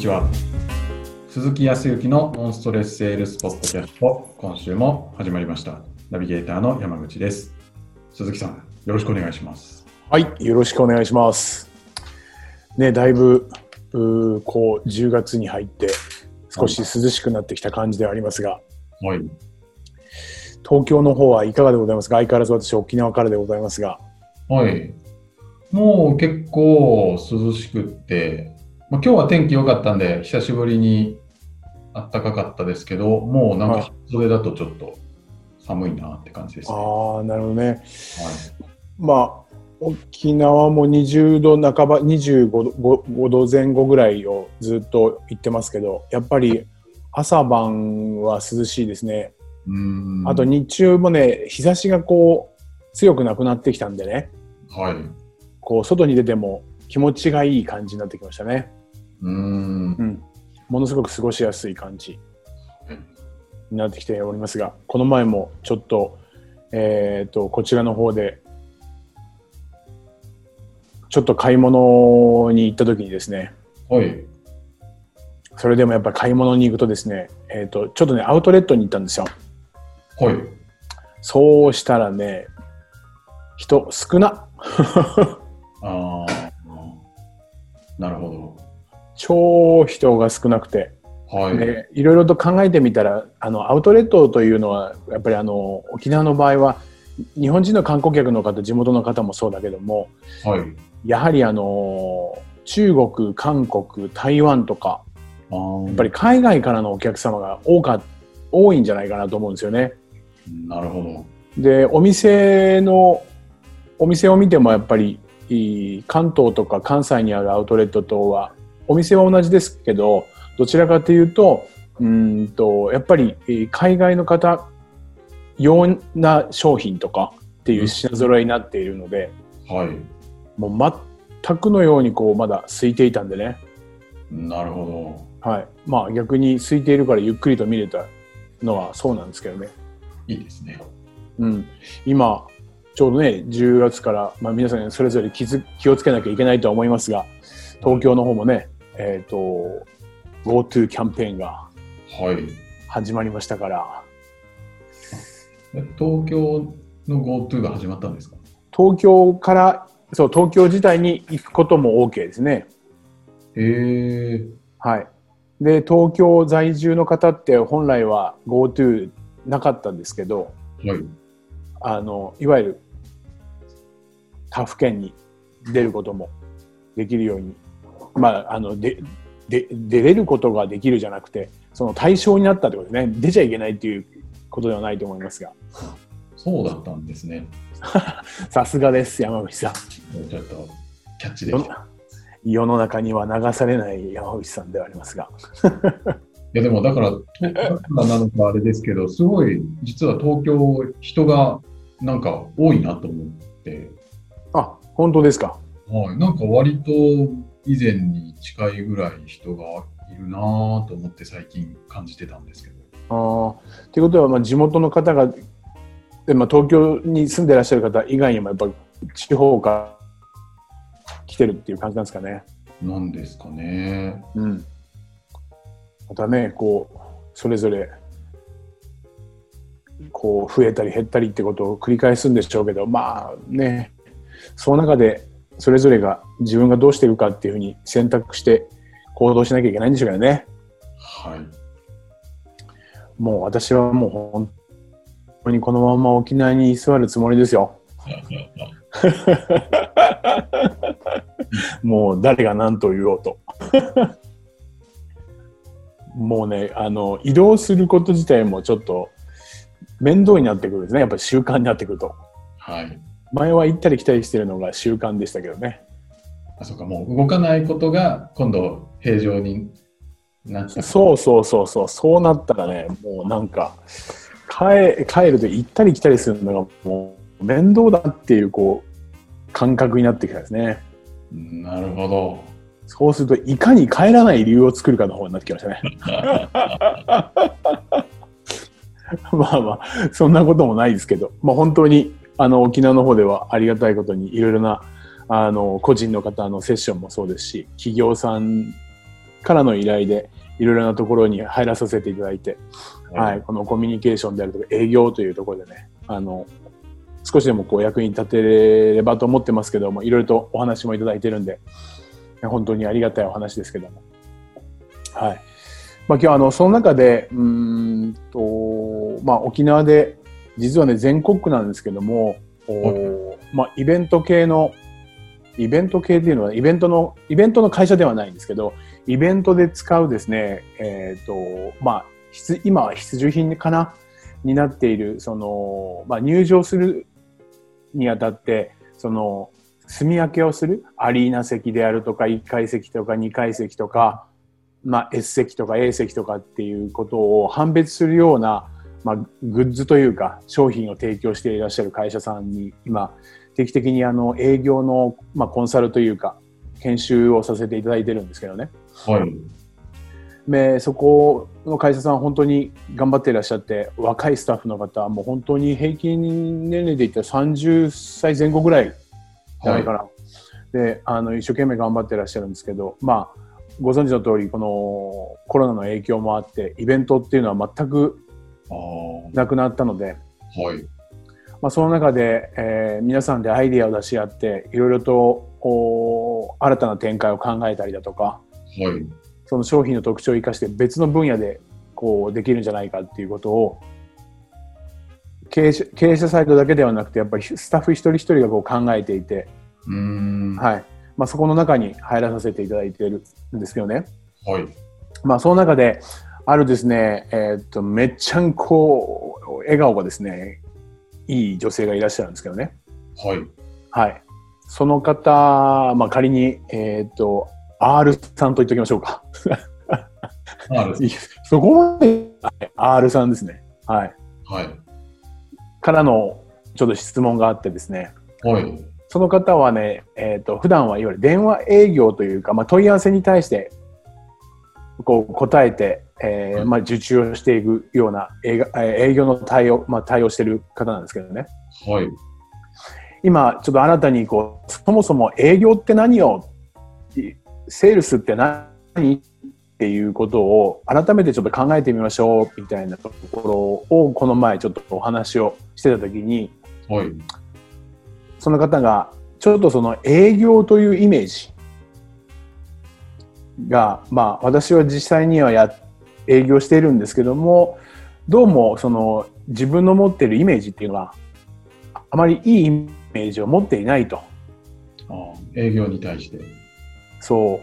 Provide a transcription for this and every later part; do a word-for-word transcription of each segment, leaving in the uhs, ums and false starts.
ちは。鈴木康之のノンストレスセールスポッドキャスト、今週も始まりました。ナビゲーターの山口です。鈴木さん、よろしくお願いします。 はい、よろしくお願いします。ね、だいぶうこうじゅうがつに入って少し涼しくなってきた感じではありますが、 はい、 東京の方はいかがでございますか？相変わらず私沖縄からでございますが。 はい、もう結構涼しくって、まあ、今日は天気良かったんで久しぶりに暖かかったですけど、もうなんかそれだとちょっと寒いなって感じですね。 ああ、なるほどね。はい、まあ沖縄もにじゅうど半ば、にじゅうごどぜん後ぐらいをずっと行ってますけど、やっぱり朝晩は涼しいですね。 うーん、 あと日中もね、日差しがこう強くなくなってきたんでね、 はい、 こう外に出ても気持ちがいい感じになってきましたね。 うーん、 うん、ものすごく過ごしやすい感じになってきておりますが、この前もちょっと、えーと、こちらの方でちょっと買い物に行った時にですね、 はい、 それでもやっぱり買い物に行くとですね、えーと、ちょっとねアウトレットに行ったんですよ。 はい、 そうしたらね、人少なあー、なるほど。 超人が少なくて、 はい、 でいろいろと考えてみたら、あのアウトレットというのはやっぱりあの沖縄の場合は日本人の観光客の方、地元の方もそうだけども、 はい、 やはりあの中国、韓国、台湾とか、 あー、 やっぱり海外からのお客様が多か多いんじゃないかなと思うんですよね。 なるほど。 で、お店のお店を見てもやっぱり関東とか関西にあるアウトレットとはお店は同じですけど、どちらかというと、うーんとやっぱり海外の方用な商品とかっていう品揃えになっているので、 はい、 もう全くのようにこうまだ空いていたんでね。 なるほど。はい。まあ逆に空いているからゆっくりと見れたのはそうなんですけどね。 いいですね。 うん。今ちょうどねじゅうがつから、まあ、皆さんそれぞれ 気, づ気をつけなきゃいけないとは思いますが、東京の方もね、えっと GoTo キャンペーンが始まりましたから、はい、東京の GoTo が始まったんですか？ 東京からそう東京自体に行くことも OK ですね。 へー。 はい。で東京在住の方って本来は GoTo なかったんですけど、 はい、 あのいわゆる他府県に出ることもできるように、まああのでで出れることができるじゃなくて、その対象になったってことですね。出ちゃいけないっていうことではないと思いますが。 そうだったんですね。 さすがです、山口さん。 ちょっとキャッチできた。 世の中には流されない山口さんではありますが。 いやでもだからだからなのかあれですけど、すごい実は東京人がなんか多いなと思って。 あ、本当ですか。 はい、なんか割と以前に近いぐらい人がいるなと思って最近感じてたんですけど。 ああ、ということは、まあ、地元の方がで、まあ、東京に住んでいらっしゃる方以外にもやっぱり地方から来てるっていう感じなんですかね。 なんですかね。 うん。またね、こうそれぞれこう増えたり減ったりってことを繰り返すんでしょうけど、まあね、その中でそれぞれが自分がどうしているかっていうふうに選択して行動しなきゃいけないんでしょうけどね。 はい。 もう私はもう本当にこのまま沖縄に居座るつもりですよ。もう誰が何と言おうと。もうね、あの移動すること自体もちょっと面倒になってくるんですね。やっぱり習慣になってくると。 はい。 前は行ったり来たりしてるのが習慣でしたけどね。 あ、そうか、もう動かないことが今度平常になっちゃう。 そうそうそうそう、そうなったらね、もうなんか帰、帰ると行ったり来たりするのがもう面倒だっていうこう感覚になってきたんですね。 なるほど。 そうするといかに帰らない理由を作るかの方になってきましたね。まあまあそんなこともないですけど、まあ、本当にあの沖縄の方ではありがたいことにいろいろなあの個人の方のセッションもそうですし、企業さんからの依頼でいろいろなところに入らさせていただいて、はいはい、このコミュニケーションであるとか営業というところでね、あの少しでもこう役に立てればと思ってますけども、いろいろとお話もいただいてるんで本当にありがたいお話ですけども、はい。まあ、今日はあのその中でうーんと、まあ、沖縄で実はね全国区なんですけども、おまあ、イベント系のイベント系っていうのはイベントのイベントの会社ではないんですけど、イベントで使うですね、えっとまあ必今は必需品かなになっているその、まあ、入場するにあたってその住み分けをするアリーナ席であるとかいっかい席とかにかい席とか、まあ、S 席とか A 席とかっていうことを判別するような、まあ、グッズというか商品を提供していらっしゃる会社さんに今定期的にあの営業の、まあ、コンサルというか研修をさせていただいてるんですけどね、はい、でそこの会社さん本当に頑張っていらっしゃって、若いスタッフの方はもう本当に平均年齢で言ったらさんじゅっさいぜん後ぐらいじゃないかな、はい、であの一生懸命頑張っていらっしゃるんですけど、まあご存知の通りこのコロナの影響もあってイベントっていうのは全くなくなったので、はい、まあ、その中で、えー、皆さんでアイデアを出し合っていろいろと新たな展開を考えたりだとか、はい、その商品の特徴を生かして別の分野でこうできるんじゃないかっていうことを経営者、経営者サイドだけではなくてやっぱりスタッフ一人一人がこう考えていて、うーん、はい、まあ、そこの中に入らさせていただいているんですけどね、はい、まあ、その中であるですね、えー、っとめっちゃんこう笑顔がですねいい女性がいらっしゃるんですけどね、はい、はい、その方、まあ、仮に、えー、っと R さんと言っておきましょうかR そこまで R さんですね、はい、はい、からのちょっと質問があってですね、はい、その方はね、えー、と普段はいわゆる電話営業というか、まあ、問い合わせに対してこう答えて、えーまあ、受注をしていくような営, 営業の対応、まあ、対応している方なんですけどね、はい、今ちょっと新たにこうそもそも営業って何よ、セールスって何っていうことを改めてちょっと考えてみましょうみたいなところをこの前ちょっとお話をしてた時に、はい、その方がちょっとその営業というイメージが、まあ私は実際にはや営業しているんですけども、どうもその自分の持っているイメージっていうのはあまりいいイメージを持っていないと。 ああ、営業に対して。 そう。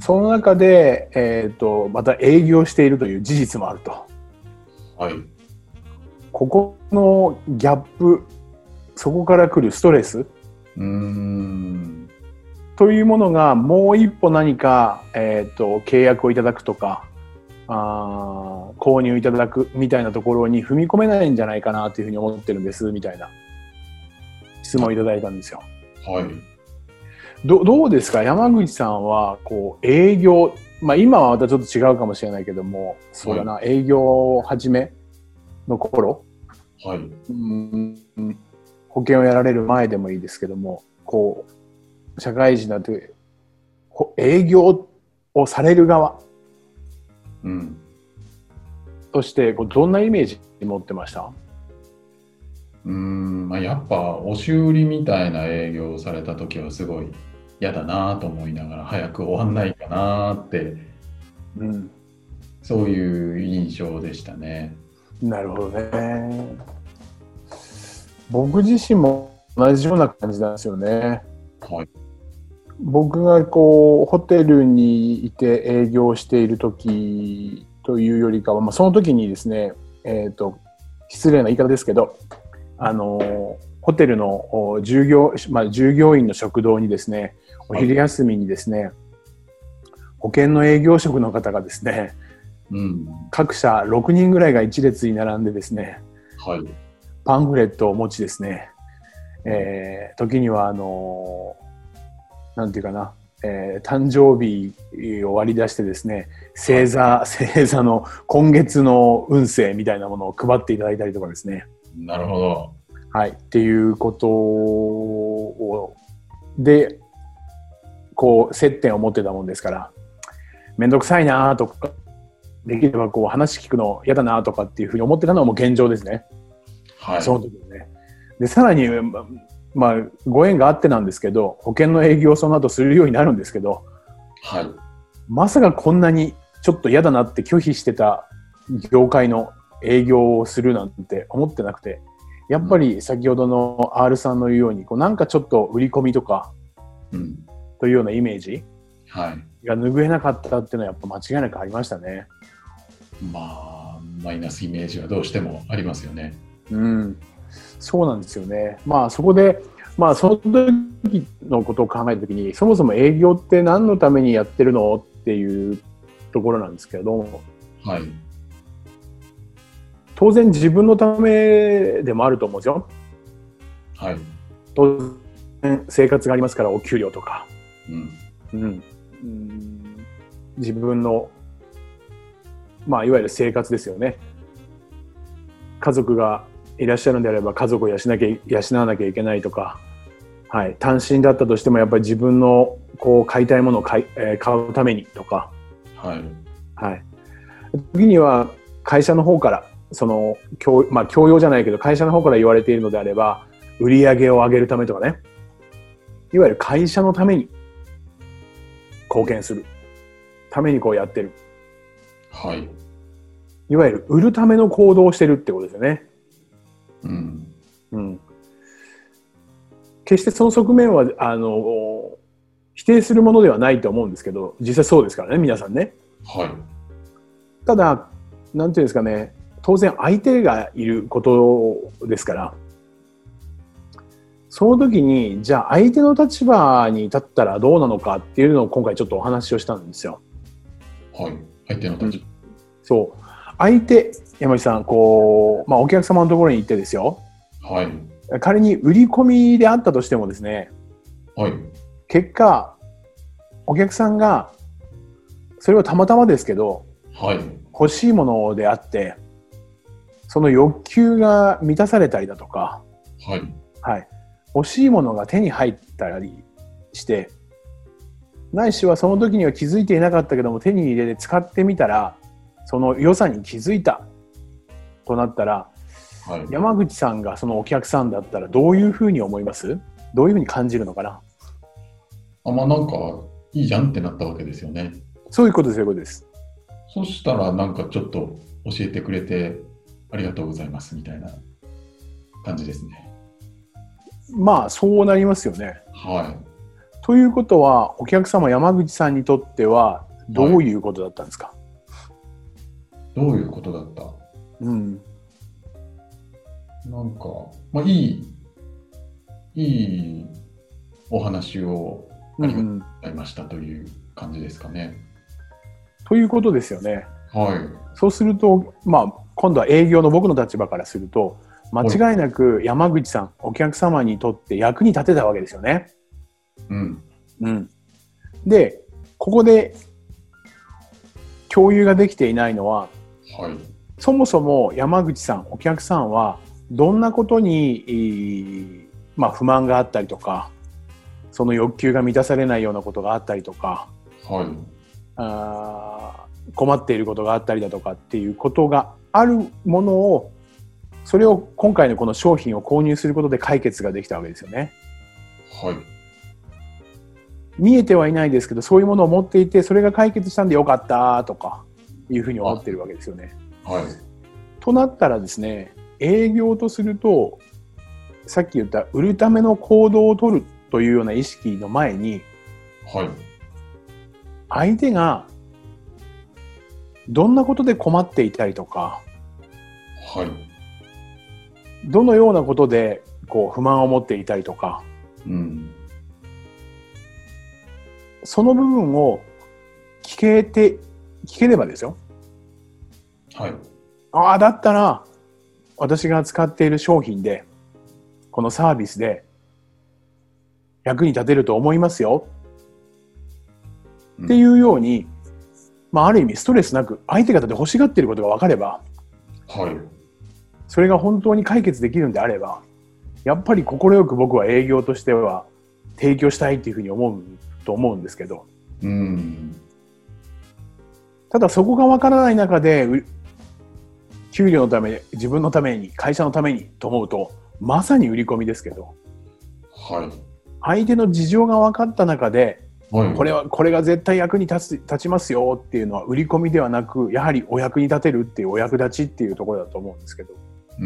その中で、えーと、また営業しているという事実もあると。はい。ここのギャップ、そこから来るストレス、うーんというものがもう一歩何か、えーと、契約をいただくとか、あ購入いただくみたいなところに踏み込めないんじゃないかなというふうに思ってるんですみたいな質問をいただいたんですよ。はい。ど, どうですか、山口さんはこう営業、まあ、今はまたちょっと違うかもしれないけども、そうだな、はい、営業を始めの頃、はい、うん、保険をやられる前でもいいですけども、こう社会人だと営業をされる側、うん、としてこうどんなイメージ持ってました？ うーん、まあ、やっぱ押し売りみたいな営業をされた時はすごい嫌だなと思いながら早く終わんないかなって、うん、そういう印象でしたね。 なるほどね。僕自身も同じような感じなんですよね。はい、僕がこうホテルにいて営業している時というよりかは、まあ、その時にですね、えーと、失礼な言い方ですけど、あのホテルの従業、まあ、従業員の食堂にですね、お昼休みにですね、はい、保険の営業職の方がですね、うん、各社ろくにんぐらいが一列に並んでですね、はい、パンフレットを持ちですね、えー、時にはあのなんていうかな、えー、誕生日を割り出してですね、星座、星座の今月の運勢みたいなものを配っていただいたりとかですね。 なるほど。 はい、っていうことをでこう接点を持ってたもんですから、 めんどくさいなとか、できればこう話聞くの嫌だなとかっていうふうに思ってたのはもう現状ですね。 はい。 その時にね。で、さらに、ま、まあ、ご縁があってなんですけど、保険の営業をその後するようになるんですけど、 はい。 まさかこんなにちょっと嫌だなって拒否してた業界の営業をするなんて思ってなくて、やっぱり先ほどの R さんの言うように、こうなんかちょっと売り込みとかうん。 というようなイメージはい。 が拭えなかったっていうのはやっぱ間違いなくありましたね。 まあ、マイナスイメージはどうしてもありますよね。 うん。そうなんですよね。まあそこで、まあその時のことを考えた時に、そもそも営業って何のためにやってるのっていうところなんですけど、 はい。 当然自分のためでもあると思うんですよ。 はい。 当然生活がありますから、お給料とか、 うん。 うん、うん自分の、まあいわゆる生活ですよね。家族がいらっしゃるんであれば家族を養なきゃ養わなきゃいけないとか、はい、単身だったとしてもやっぱり自分のこう買いたいものを買い、えー買うためにとか、 はい。 はい、時には会社の方からその教、まあ、教養じゃないけど会社の方から言われているのであれば売り上げを上げるためとかね、いわゆる会社のために貢献するためにこうやってる、 はい。 いわゆる売るための行動をしてるってことですよね。 うん。 うん、決してその側面はあの否定するものではないと思うんですけど、実際そうですからね、皆さんね。 はい。 ただ、なんていうんですかね、当然相手がいることですから、その時にじゃあ相手の立場に立ったらどうなのかっていうのを今回ちょっとお話をしたんですよ。 はい。相手の立場。 そう。相手、山口さん、こう、まあお客様のところに行ってですよ。 はい。 仮に売り込みであったとしてもですね、 はい。 結果、お客さんが、それはたまたまですけど、 はい。 欲しいものであって、その欲求が満たされたりだとか、 はい。 はい、欲しいものが手に入ったりして、ないしはその時には気づいていなかったけども手に入れて使ってみたら、その良さに気づいたとなったら、 はい。 山口さんがそのお客さんだったらどういうふうに思います？どういうふうに感じるのかな？ あ、まあなんか、いいじゃんってなったわけですよね。 そういうことです、そういうことです。 そしたらなんかちょっと教えてくれてありがとうございますみたいな感じですね。 まあそうなりますよね。 はということはお客様山口さんにとってはどういうことだったんですか？ い。どういうことだった？ うん、 なんか、まあいい、いいお話をありがとうございましたという感じですかね。 ということですよね。 はい。 そうすると、まあ、今度は営業の僕の立場からすると間違いなく山口さんお客様にとって役に立てたわけですよね。 うん。 うん、でここで共有ができていないのは、 はい。 そもそも山口さんお客さんはどんなことに、まあ、不満があったりとかその欲求が満たされないようなことがあったりとか、 はい。 あ困っていることがあったりだとかっていうことがあるものをそれを今回のこの商品を購入することで解決ができたわけですよね。 はい。 見えてはいないですけどそういうものを持っていてそれが解決したんでよかったとかいうふうに思っているわけですよね。 はい。 となったらですね、営業とするとさっき言った売るための行動を取るというような意識の前に、 はい。 相手がどんなことで困っていたりとか、 はい。 どのようなことでこう不満を持っていたりとか、 うん。 その部分を聞けて聞ければですよ。 はい。 ああ、だったら私が使っている商品でこのサービスで役に立てると思いますよ、うん、っていうように、まあ、ある意味ストレスなく相手方で欲しがっていることが分かれば、 はい、 それが本当に解決できるんであればやっぱり快く僕は営業としては提供したいっていうふうに思うと思うんですけど、 うん、 ただそこがわからない中で給料のために、自分のために、会社のためにと思うとまさに売り込みですけど、 はい、 相手の事情が分かった中で、 はい、 これはこれが絶対役に立つ立ちますよっていうのは売り込みではなく、やはりお役に立てるっていうお役立ちっていうところだと思うんですけど、 うん、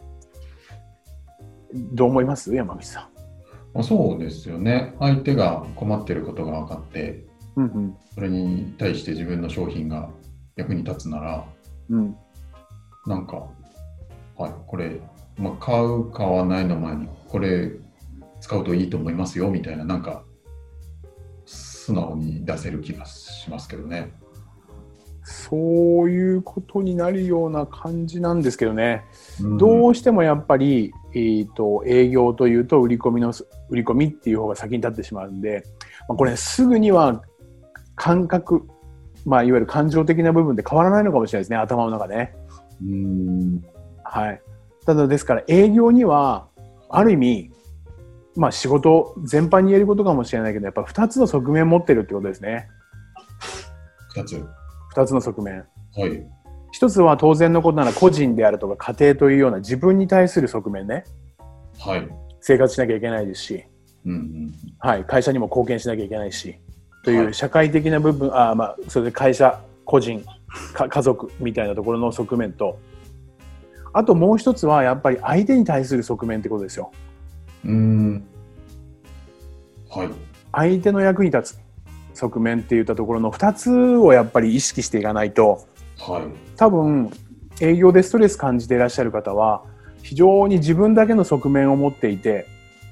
どう思います山口さん。 まあ、そうですよね。相手が困っていることが分かって、 うんうん、 それに対して自分の商品が役に立つなら、 うん、 なんか、はい、これ、まあ、買う買わないの前にこれ使うといいと思いますよみたいな、なんか素直に出せる気がしますけどね。 そういうことになるような感じなんですけどね、うん、どうしてもやっぱり、えーと、営業というと売り込みの売り込みっていう方が先に立ってしまうんで、まあ、これすぐには感覚、まあ、いわゆる感情的な部分で変わらないのかもしれないですね、頭の中でね。 うーん、 はい、ただですから営業にはある意味、まあ、仕事全般に言えることかもしれないけど、やっぱふたつの側面を持ってるってことですね。 ふたつふたつの側面、 はい、 ひとつは当然のことなら個人であるとか家庭というような自分に対する側面ね、 はい、 生活しなきゃいけないですし、 うんうん、 はい、会社にも貢献しなきゃいけないしという社会的な部分、はい、あまあそれで会社、個人、家族みたいなところの側面と、あともう一つはやっぱり相手に対する側面ってことですよ。 うーん、はい、 相手の役に立つ側面っていったところのふたつをやっぱり意識していかないと、 はい、 多分営業でストレス感じていらっしゃる方は非常に自分だけの側面を持っていて、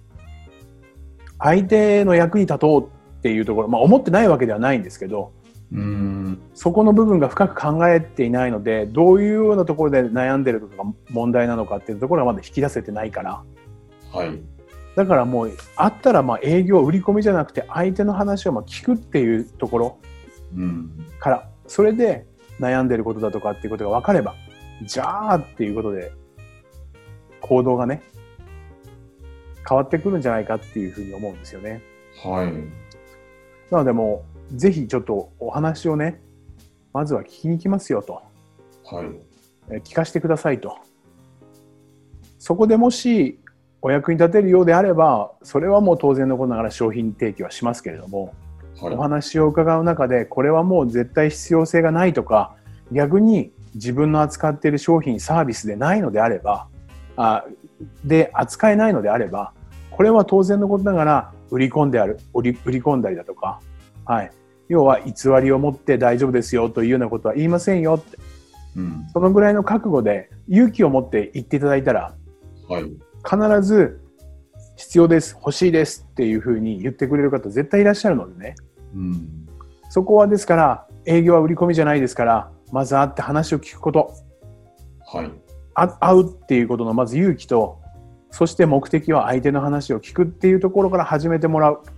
相手の役に立とうっていうところ、まあ、思ってないわけではないんですけど、 うーん、 そこの部分が深く考えていないので、どういうようなところで悩んでるとか問題なのかっていうところがまだ引き出せてないから、 はい、 だからもうあったらまあ営業、売り込みじゃなくて相手の話をまあ聞くっていうところから、うん、それで悩んでることだとかっていうことが分かれば、じゃあっていうことで行動がね変わってくるんじゃないかっていうふうに思うんですよね。 はい。 なのでもうぜひちょっとお話をね、まずは聞きに行きますよと、 はい、 え聞かせてくださいと。そこでもしお役に立てるようであれば、それはもう当然のことながら商品提供はしますけれども、はい、お話を伺う中でこれはもう絶対必要性がないとか、逆に自分の扱っている商品サービスでないのであれば、あで扱えないのであれば、これは当然のことながら売り込んである売り、売り込んだりだとか、はい、要は偽りを持って大丈夫ですよというようなことは言いませんよって、うん、そのぐらいの覚悟で勇気を持って言っていただいたら、はい、必ず必要です、欲しいですっていうふうに言ってくれる方絶対いらっしゃるのでね、うん、そこはですから営業は売り込みじゃないですから、まず会って話を聞くこと、はい、あ会うっていうことのまず勇気と、そして目的は相手の話を聞くっていうところから始めてもらう。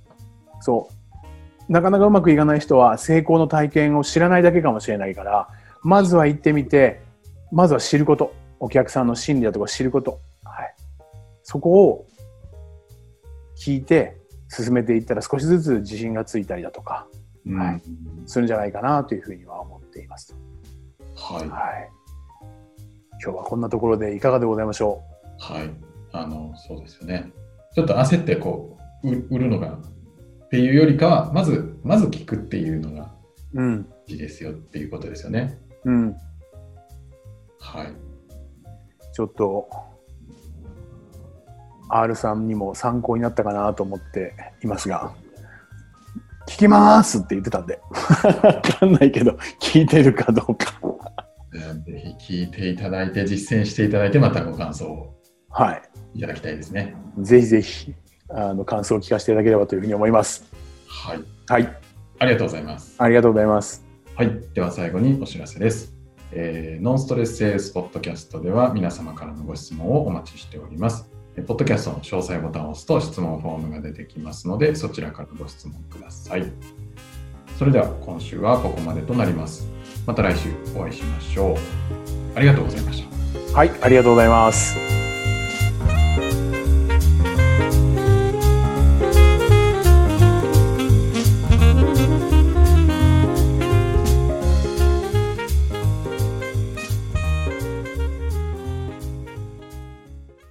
そうなかなかうまくいかない人は成功の体験を知らないだけかもしれないから、まずは行ってみて、まずは知ること、お客さんの心理だとか知ること、はい、そこを聞いて進めていったら少しずつ自信がついたりだとか、うんはい、するんじゃないかなというふうには思っています。はい、はい、今日はこんなところでいかがでございましょう。 はい、あのそうですよね。ちょっと焦ってこう売るのがっていうよりかは、まずまず聞くっていうのがいいですよっていうことですよね。うん。はい。 ちょっと R さんにも参考になったかなと思っていますが、聞きますって言ってたんでわかんないけど聞いてるかどうかぜひ聞いていただいて実践していただいて、またご感想をいただきたいですね。 はい、ぜひぜひあの感想を聞かせていただければというふうに思います。 はい。 はい。 ありがとうございます。 ありがとうございます。 はい。では最後にお知らせです。えー、ノンストレスセールスポッドキャストでは皆様からのご質問をお待ちしております。ポッドキャストの詳細ボタンを押すと質問フォームが出てきますので、そちらからご質問ください。それでは今週はここまでとなります。また来週お会いしましょう。ありがとうございました。 はい、ありがとうございます。